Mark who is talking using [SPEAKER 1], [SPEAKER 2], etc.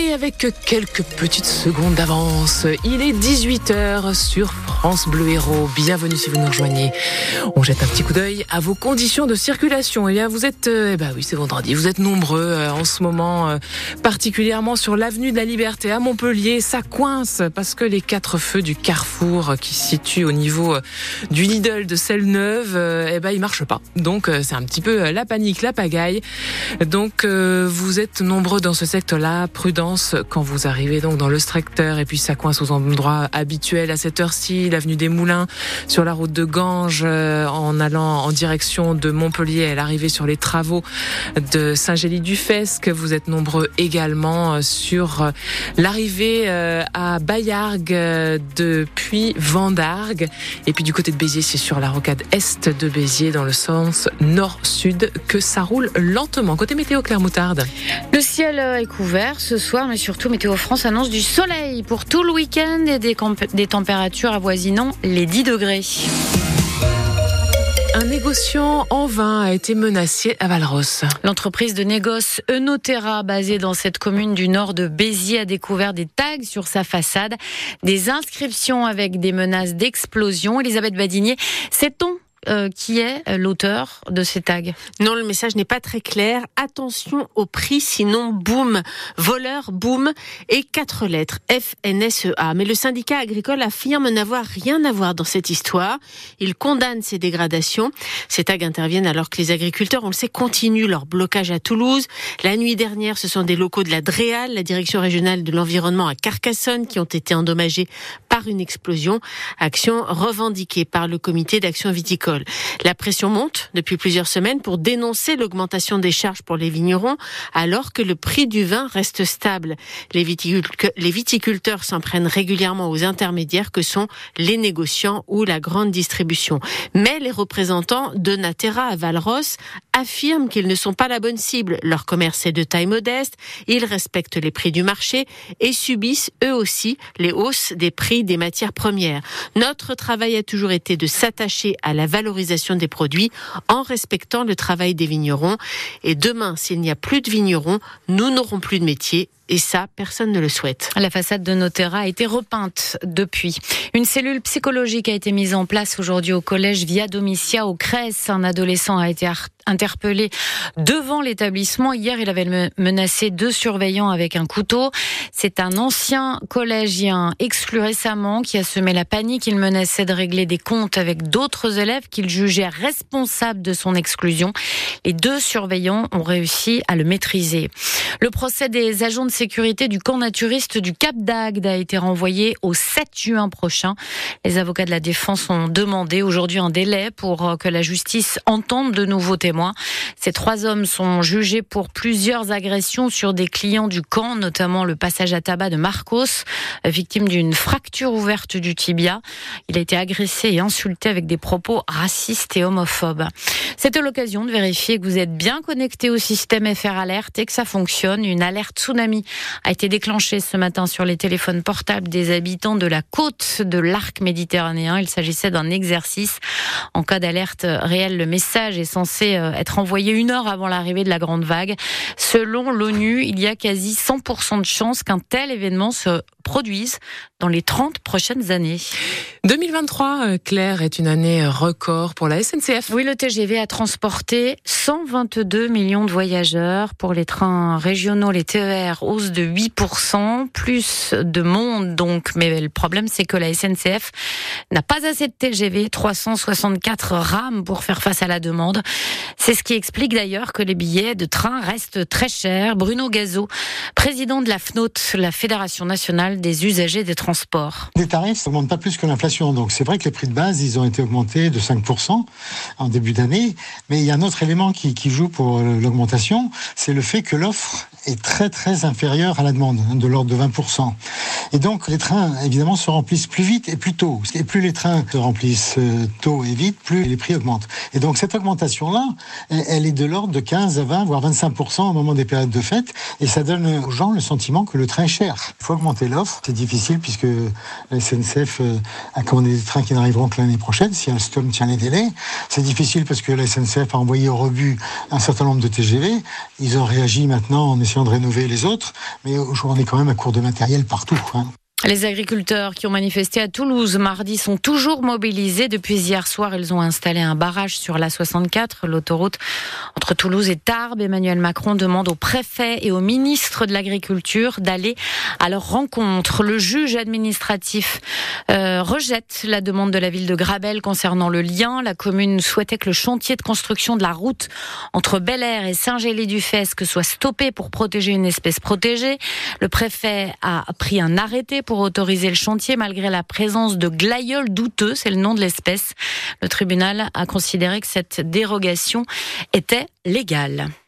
[SPEAKER 1] Et avec quelques petites secondes d'avance, il est 18h sur France Bleu Héros. Bienvenue si vous nous rejoignez. On jette un petit coup d'œil à vos conditions de circulation. Eh bien, vous êtes, oui, c'est vendredi. Vous êtes nombreux en ce moment, particulièrement sur l'avenue de la Liberté à Montpellier. Ça coince parce que les 4 feux du carrefour qui se situe au niveau du Lidl de Selle-Neuve, ils marchent pas. Donc, c'est un petit peu la panique, la pagaille. Donc, vous êtes nombreux dans ce secteur-là. Prudence quand vous arrivez donc dans le Strecteur, et puis ça coince aux endroits habituels à cette heure-ci, l'avenue des Moulins, sur la route de Ganges, en allant en direction de Montpellier, à l'arrivée sur les travaux de Saint-Gély-du-Fesque. Vous êtes nombreux également sur l'arrivée à Baillargues depuis Vendargues, et puis du côté de Béziers, c'est sur la rocade est de Béziers dans le sens nord-sud que ça roule lentement. Côté météo, Claire Moutarde.
[SPEAKER 2] Le ciel est couvert ce soir, mais surtout Météo France annonce du soleil pour tout le week-end et des températures avoisinant les 10 degrés.
[SPEAKER 1] Un négociant en vin a été menacé à Valros.
[SPEAKER 2] L'entreprise de négoce Enoterra, basée dans cette commune du nord de Béziers, a découvert des tags sur sa façade, des inscriptions avec des menaces d'explosion. Elisabeth Badinier, sait-on qui est l'auteur de ces tags?
[SPEAKER 3] Non, le message n'est pas très clair. Attention au prix, sinon boum. Voleur, boum, et 4 lettres, FNSEA. Mais le syndicat agricole affirme n'avoir rien à voir dans cette histoire. Il condamne ces dégradations. Ces tags interviennent alors que les agriculteurs, on le sait, continuent leur blocage à Toulouse. La nuit dernière, ce sont des locaux de la DREAL, la direction régionale de l'environnement à Carcassonne, qui ont été endommagés par une explosion. Action revendiquée par le comité d'action viticole. La pression monte depuis plusieurs semaines pour dénoncer l'augmentation des charges pour les vignerons, alors que le prix du vin reste stable. Les viticulteurs s'en prennent régulièrement aux intermédiaires que sont les négociants ou la grande distribution. Mais les représentants d'Enoterra à Valros affirment qu'ils ne sont pas la bonne cible. Leur commerce est de taille modeste, ils respectent les prix du marché et subissent eux aussi les hausses des prix des matières premières. Notre travail a toujours été de s'attacher à la valorisation des produits en respectant le travail des vignerons. Et demain, s'il n'y a plus de vignerons, nous n'aurons plus de métier. Et ça, personne ne le souhaite.
[SPEAKER 2] La façade de Enoterra a été repeinte depuis. Une cellule psychologique a été mise en place aujourd'hui au collège Via Domitia au Cress. Un adolescent a été interpellé devant l'établissement. Hier, il avait menacé 2 surveillants avec un couteau. C'est un ancien collégien exclu récemment qui a semé la panique. Il menaçait de régler des comptes avec d'autres élèves qu'il jugeait responsables de son exclusion. Les 2 surveillants ont réussi à le maîtriser. Le procès des agents de sécurité du camp naturiste du Cap d'Agde a été renvoyé au 7 juin prochain. Les avocats de la défense ont demandé aujourd'hui un délai pour que la justice entende de nouveaux témoins. Ces 3 hommes sont jugés pour plusieurs agressions sur des clients du camp, notamment le passage à tabac de Marcos, victime d'une fracture ouverte du tibia. Il a été agressé et insulté avec des propos racistes et homophobes. C'était l'occasion de vérifier que vous êtes bien connecté au système FR Alert et que ça fonctionne. Une alerte tsunami a été déclenchée ce matin sur les téléphones portables des habitants de la côte de l'arc méditerranéen. Il s'agissait d'un exercice. En cas d'alerte réelle, le message est censé être envoyé 1 heure avant l'arrivée de la grande vague. Selon l'ONU, il y a quasi 100% de chances qu'un tel événement se produise dans les 30 prochaines années.
[SPEAKER 1] 2023, Claire, est une année record pour la SNCF.
[SPEAKER 2] Oui, le TGV a transporté 122 millions de voyageurs. Pour les trains régionaux, les TER, hausse de 8%, plus de monde donc. Mais le problème, c'est que la SNCF n'a pas assez de TGV, 364 rames pour faire face à la demande. C'est ce qui explique d'ailleurs que les billets de train restent très chers. Bruno Gazot, président de la FNOT, la Fédération nationale des usagers des transports.
[SPEAKER 4] Les tarifs n'augmentent pas plus que l'inflation. Donc c'est vrai que les prix de base, ils ont été augmentés de 5% en début d'année. Mais il y a un autre élément qui joue pour l'augmentation, c'est le fait que l'offre est très très inférieure à la demande, de l'ordre de 20%. Et donc les trains, évidemment, se remplissent plus vite et plus tôt. Et plus les trains se remplissent tôt et vite, plus les prix augmentent. Et donc cette augmentation-là, elle est de l'ordre de 15 à 20, voire 25% au moment des périodes de fête. Et ça donne aux gens le sentiment que le train est cher. Il faut augmenter l'offre. l'offre. C'est difficile puisque la SNCF a commandé des trains qui n'arriveront que l'année prochaine, si Alstom tient les délais. C'est difficile parce que la SNCF a envoyé au rebut un certain nombre de TGV. Ils ont réagi maintenant en essayant de rénover les autres, mais aujourd'hui on est quand même à court de matériel partout.
[SPEAKER 2] Les agriculteurs qui ont manifesté à Toulouse mardi sont toujours mobilisés. Depuis hier soir, ils ont installé un barrage sur l'A64, l'autoroute entre Toulouse et Tarbes. Emmanuel Macron demande au préfet et au ministre de l'Agriculture d'aller à leur rencontre. Le juge administratif rejette la demande de la ville de Grabel concernant le lien. La commune souhaitait que le chantier de construction de la route entre Bel-Air et Saint-Gély-du-Fesque soit stoppé pour protéger une espèce protégée. Le préfet a pris un arrêté pour autoriser le chantier malgré la présence de glaïeuls douteux, c'est le nom de l'espèce. Le tribunal a considéré que cette dérogation était légale.